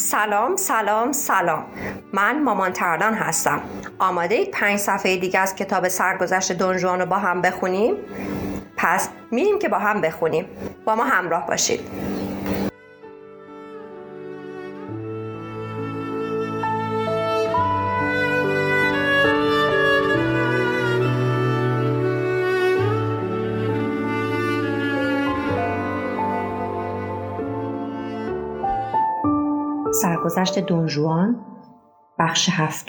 سلام سلام سلام. من مامان تردان هستم. آماده اید 5 صفحه دیگه از کتاب سرگذشت دون ژوان رو با هم بخونیم؟ پس میریم که با هم بخونیم. با ما همراه باشید. سرگذشت دون ژوان بخش 7.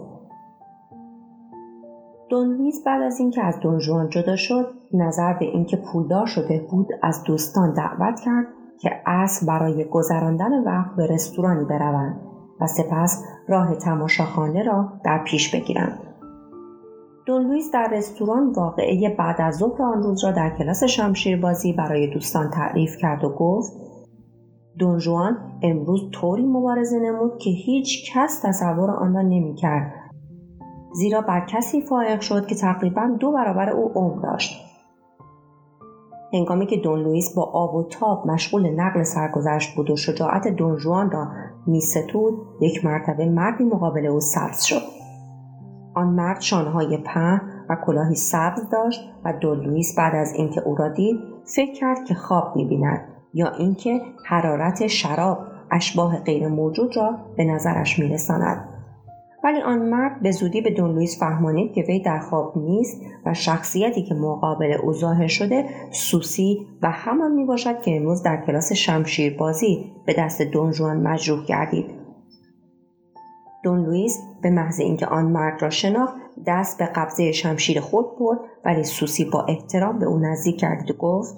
دون لوئیس بعد از اینکه از دون ژوان جدا شد، نظر به اینکه پولدار شده بود از دوستان دعوت کرد که عصر برای گذراندن وقت به رستورانی بروند و سپس راه تماشاخانه را در پیش بگیرند. دون لوئیس در رستوران واقعه بعد از ظهر آن روز را در کلاس شمشیربازی برای دوستان تعریف کرد و گفت: دون ژوان امروز طوری مبارزه نمود که هیچ کس تصور آن را نمی‌کرد، زیرا بر کسی فائق شد که تقریباً 2 برابر او عمر داشت. هنگامی که دون لوئیس با آب و تاب مشغول نقل سرگذشت بود و شجاعت دون ژوان را می‌ستود، یک مرتبه مردی مقابل او سبز شد. آن مرد شانه‌های پهن و کلاهی سبز داشت و دون لوئیس بعد از اینکه او را دید فکر کرد که خواب می‌بیند یا اینکه حرارت شراب اشباح غیر موجود را به نظرش می‌رساند. ولی آن مرد به زودی به دون لوئیس فهمانید که وی در خواب نیست و شخصیتی که مقابل او ظاهر شده سوسی و همان میباشد که امروز در کلاس شمشیربازی به دست دون ژوان مجروح گردید. دون لوئیس به محض اینکه آن مرد را شناخت دست به قبضه شمشیر خود برد، ولی سوسی با احترام به او نزدیک کرد و گفت: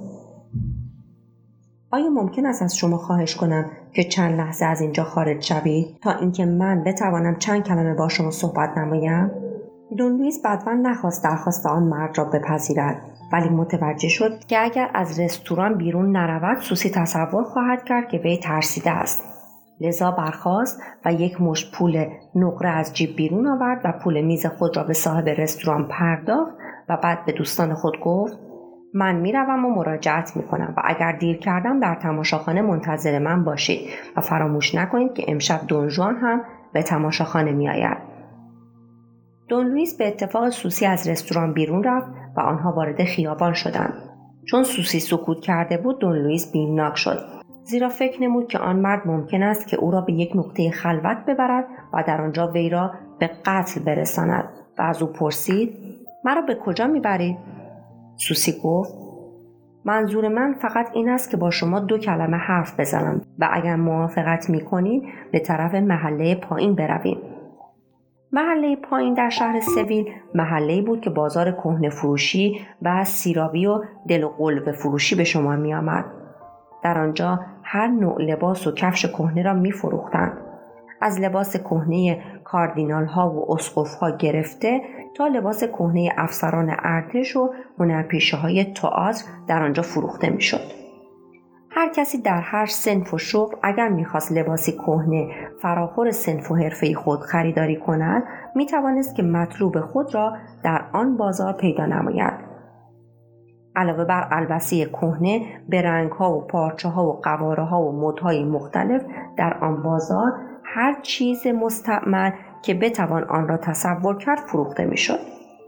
آیا ممکن است از شما خواهش کنم که چند لحظه از اینجا خارج شوید تا اینکه من بتوانم چند کلمه با شما صحبت نمایم؟ دون لوئیس بدون نخواست درخواست آن مرد را بپذیرد، ولی متوجه شد که اگر از رستوران بیرون نرود سوسی تصور خواهد کرد که وی ترسیده است. لذا برخاست و یک مشت پول نقره از جیب بیرون آورد و پول میز خود را به صاحب رستوران پرداخت و بعد به دوستان خود گفت: من میروم و مراجعت میکنم و اگر دیر کردم در تماشاخانه منتظر من باشید و فراموش نکنید که امشب دون ژوان هم به تماشاخانه میآید. دون لوئیس به اتفاق سوسی از رستوران بیرون رفت و آنها وارد خیابان شدند. چون سوسی سکوت کرده بود دون لوئیس بیمناک شد، زیرا فکر نمود که آن مرد ممکن است که او را به یک نقطه خلوت ببرد و در آنجا وی را به قتل برساند و از او پرسید: مرا به کجا میبرید؟ سوسی گفت: منظور من فقط این است که با شما 2 کلمه حرف بزنم و اگر موافقت میکنید به طرف محله پایین برویم. محله پایین در شهر سویل محله‌ای بود که بازار کهنه فروشی و سیرابی و دل و قلب فروشی به شما می آمد. در آنجا هر نوع لباس و کفش کهنه را می فروختند. از لباس کهنه کاردینال ها و اسقف ها گرفته تا لباس کهنه افسران ارتش و هنرپیشه های تئاتر در آنجا فروخته می شد. هر کسی در هر صنف و شغل اگر می‌خواست لباسی کهنه فراخور صنف و حرفه خود خریداری کند، می‌توانست که مطلوب خود را در آن بازار پیدا نماید. علاوه بر البسه کهنه، به رنگ‌ها و پارچه‌ها و قواره‌ها و مدهای مختلف در آن بازار هر چیز مستعمل که بتوان آن را تصور کرد فروخته می‌شد.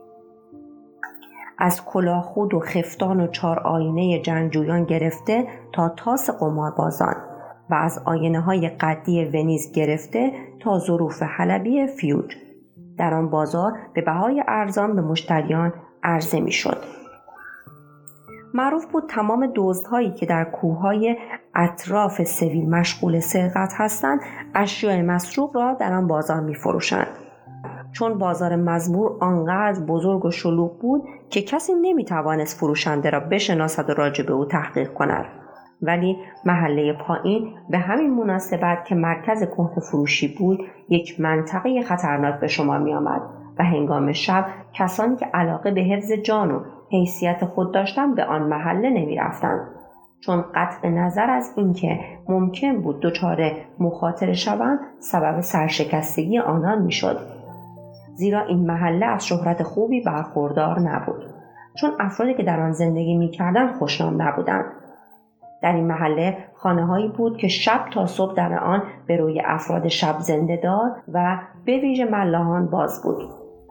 از کلاهخود و خفتان و 4 آینه جنگجویان گرفته تا تاس قماربازان و از آینه‌های قدی ونیز گرفته تا ظروف حلبی فیوج در آن بازار به بهای ارزان به مشتریان عرضه می‌شد. معروف بود تمام دزدهایی که در کوههای اطراف سویل مشغول سرقت هستند اشیاء مسروق را در آن بازار می‌فروشند. چون بازار مزمور آنقدر بزرگ و شلوغ بود که کسی نمیتوانست فروشنده را بشناسد و راجع به او تحقیق کند، ولی محله پایین به همین مناسبت که مرکز کهنه فروشی بود یک منطقه خطرناک به شمار می آمد و هنگام شب کسانی که علاقه به حفظ جان و حیثیت خود داشتند به آن محله نمی رفتند، چون قطع نظر از اینکه ممکن بود دچار مخاطره شوند سبب سرشکستگی آنان می شد. زیرا این محله از شهرت خوبی برخوردار نبود، چون افرادی که در آن زندگی می‌کردند خوشنام نبودند. در این محله خانه‌هایی بود که شب تا صبح در آن به روی افراد شب زنده‌دار و به ویژه ملاحان باز بود.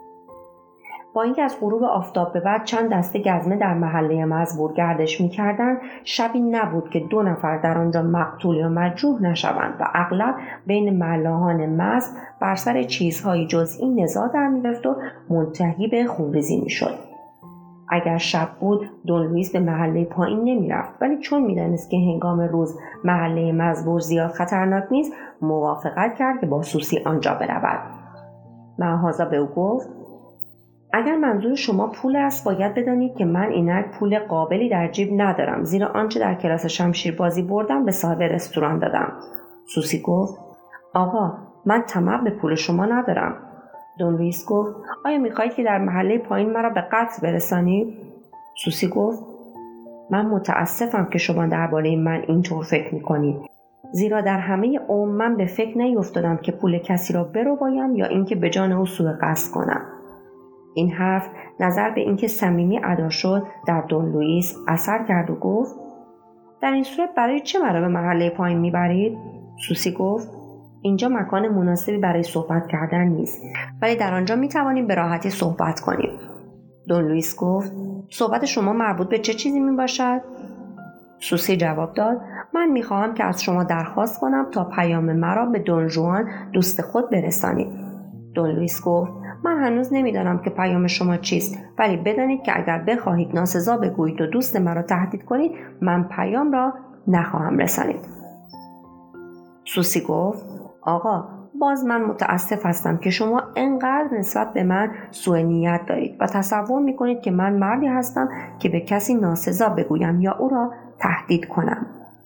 با اینکه از غروب آفتاب به بعد چند دسته گزمه در محله مزبور گردش می‌کردند، شبی نبود که 2 نفر در آنجا مقتول یا مجروح نشوند و اغلب بین ملاحان مست بر سر چیزهای جزئی نزاع در می‌رفت و منتهی به خونریزی می‌شد. اگر شب بود دون لوئیس به محله پایین نمی‌رفت، ولی چون می‌دانست که هنگام روز محله مزبور زیاد خطرناک نیست، موافقت کرد که با سوسی آنجا برود. مهازا به او گفت: اگر منظور شما پول است، باید بدانید که من اینک پول قابلی در جیب ندارم، زیرا آنچه در کلاس شمشیر بازی بردم به صاحب رستوران دادم. سوسی گفت: آقا، من طمع به پول شما ندارم. دون لوئیس گفت: آیا می‌خواهید که در محله پایین مرا به قتل برسانید؟ سوسی گفت: من متاسفم که شما درباره من اینطور فکر می‌کنید، زیرا در همه عمر من به فکر نیفتادم که پول کسی را بربایم یا اینکه به جان او سوء قصد کنم. این حرف نظر به اینکه صمیمی ادا شد در دون لوئیس اثر کرد و گفت: در این صورت برای چه مرا به محله پایین میبرید؟ سوسی گفت: اینجا مکان مناسبی برای صحبت کردن نیست، ولی در آنجا میتوانیم به راحتی صحبت کنیم. دون لوئیس گفت: صحبت شما مربوط به چه چیزی میباشد؟ سوسی جواب داد: من میخواهم که از شما درخواست کنم تا پیام مرا به دون ژوان دوست خود برسانید. دون لوئیس گفت: من هنوز نمیدانم که پیام شما چیست، ولی بدانید که اگر بخواهید ناسزا بگویید و دوست مرا تهدید کنید، من پیام را نخواهم رسانید. سوسی گفت: آقا، باز من متاسف هستم که شما انقدر نسبت به من سوء نیت دارید و تصور میکنید که من مردی هستم که به کسی ناسزا بگویم یا او را تهدید کنم.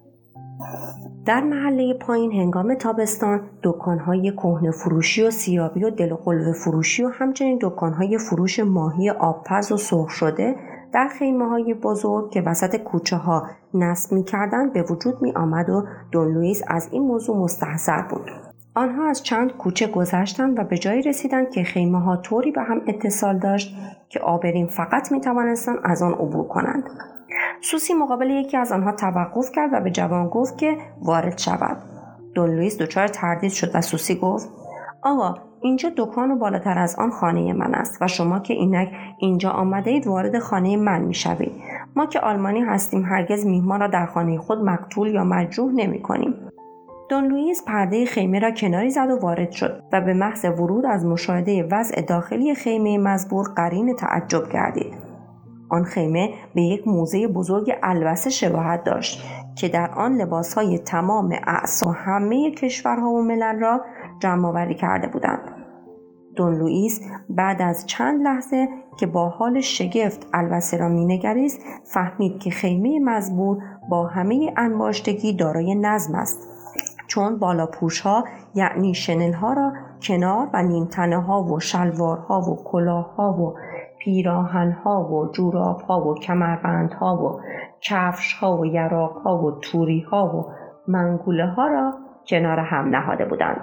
در محله پایین هنگام تابستان دکان‌های کهنه فروشی و سیابی و دل و قلوه فروشی و همچنین دکان‌های فروش ماهی آبپز و سرخ شده در خیمه‌های بزرگ که وسط کوچه‌ها نصب می‌کردند به وجود می‌آمد و دون لوئیس از این موضوع مستحضر بود. آنها از چند کوچه گذشتند و به جایی رسیدند که خیمه‌ها طوری به هم اتصال داشت که آبرین فقط می‌توانستند از آن عبور کنند. سوسی مقابل یکی از آنها توقف کرد و به جوان گفت که وارد شود. دون لوئیس دچار تردید شد و سوسی گفت: آقا، اینجا دکان و بالاتر از آن خانه من است و شما که اینک اینجا آمده اید وارد خانه من می شوید. ما که آلمانی هستیم هرگز میهمان را در خانه خود مقتول یا مجروح نمی کنیم. دون لوئیس پرده خیمه را کناری زد و وارد شد و به محض ورود از مشاهده وضع داخلی خیمه مزبور قرین تعجب گردید. آن خیمه به یک موزه بزرگ البسه شباهت داشت که در آن لباسهای تمام اعضا و همه کشورها و ملل را جمع آوری کرده بودند. دون لوئیس بعد از چند لحظه که با حال شگفت البسه را مینگریست فهمید که خیمه مزبور با همه انباشتگی دارای نظم است، چون بالاپوش‌ها یعنی شنل‌ها را کنار و نیمتنه‌ها و شلوارها و کلاه‌ها و پیراهن‌ها و جوراب‌ها و کمربندها و کفش‌ها و یراق‌ها و توری‌ها و منگوله‌ها را کنار هم نهاده بودند.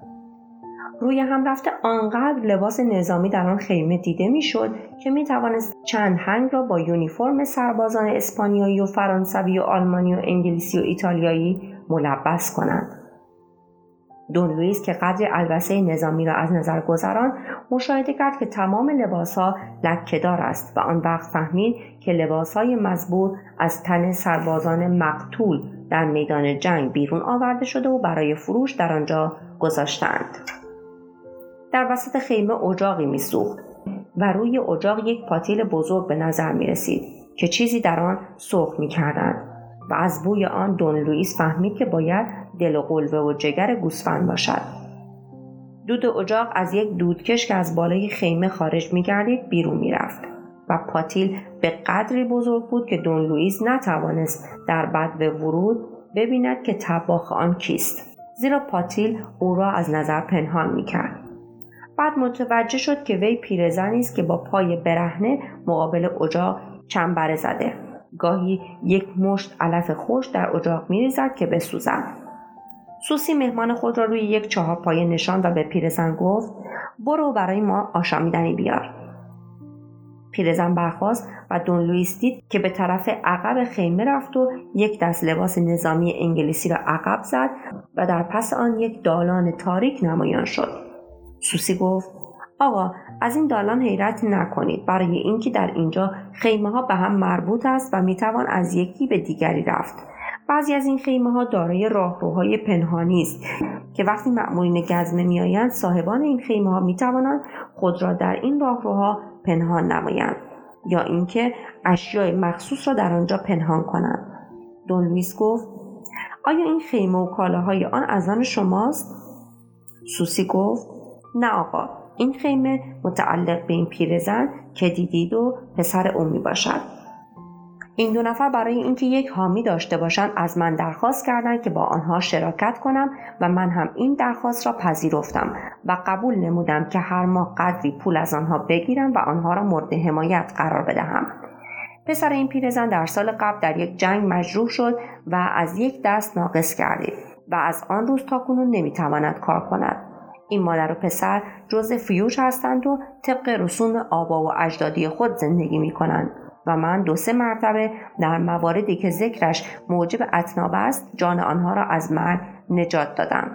روی هم رفته آنقدر لباس نظامی در آن خیمه دیده می‌شد که می‌توانست چند هنگ را با یونیفرم سربازان اسپانیایی و فرانسوی و آلمانی و انگلیسی و ایتالیایی ملبس کنند. دون لوئیس که قدر البسه نظامی را از نظر گذران مشاهده کرد که تمام لباسها لکه‌دار است و آن وقت فهمید که لباسهای مزبور از تن سربازان مقتول در میدان جنگ بیرون آورده شده و برای فروش در آنجا گذاشتند. در وسط خیمه اجاقی می‌سوخت و روی اجاق یک پاتیل بزرگ به نظر می‌رسید که چیزی در آن سرخ می‌کردند و از بوی آن دون لوئیس فهمید که باید دل و قلوه و جگر گوسفند باشد. دود اجاق از یک دودکش که از بالای خیمه خارج می‌گردید بیرون می‌رفت و پاتیل به قدری بزرگ بود که دون لوئیس نتوانست در بدو ورود ببیند که طباخ آن کیست، زیرا پاتیل او را از نظر پنهان می‌کرد. بعد متوجه شد که وی پیرزنی است که با پای برهنه مقابل اجاق چنبره زده. گاهی یک مشت علف خوش در اجاق می‌ریزد که بسوزد. سوسی مهمان خود را روی یک چهارپایه نشاند و به پیرزن گفت: برو برای ما آشامیدنی بیار. پیرزن برخاست و دون لوئیس دید که به طرف عقب خیمه رفت و یک دست لباس نظامی انگلیسی را عقب زد و در پس آن یک دالان تاریک نمایان شد. سوسی گفت: آقا، از این دالان حیرت نکنید، برای اینکه در اینجا خیمه ها به هم مربوط است و میتوان از یکی به دیگری رفت. بعضی از این خیمه ها دارای راهروهای پنهانی است که وقتی مأمورین گزمه میآیند صاحبان این خیمه ها میتوانند خود را در این راهروها پنهان نمایند یا اینکه اشیاء مخصوص را در آنجا پنهان کنند. دون لوئیس گفت: آیا این خیمه و کالاهای آن از آن شماست؟ سوسی گفت: نه آقا، این خیمه متعلق به این پیرزن که دیدید و پسر او می باشد. این دو نفر برای اینکه یک حامی داشته باشند از من درخواست کردند که با آنها شراکت کنم و من هم این درخواست را پذیرفتم و قبول نمودم که هر ماه قدری پول از آنها بگیرم و آنها را مورد حمایت قرار بدهم. پسر این پیرزن در سال قبل در یک جنگ مجروح شد و از یک دست ناقص گردید و از آن روز تا کنون نمیتواند کار کند. این مادر و پسر جزء فیوش هستند و طبق رسوم آبا و اجدادی خود زندگی می کنند و من 2-3 مرتبه در مواردی که ذکرش موجب اطناب است جان آنها را از مرگ نجات دادم.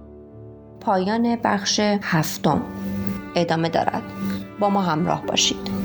پایان بخش 7 ادامه دارد. با ما همراه باشید.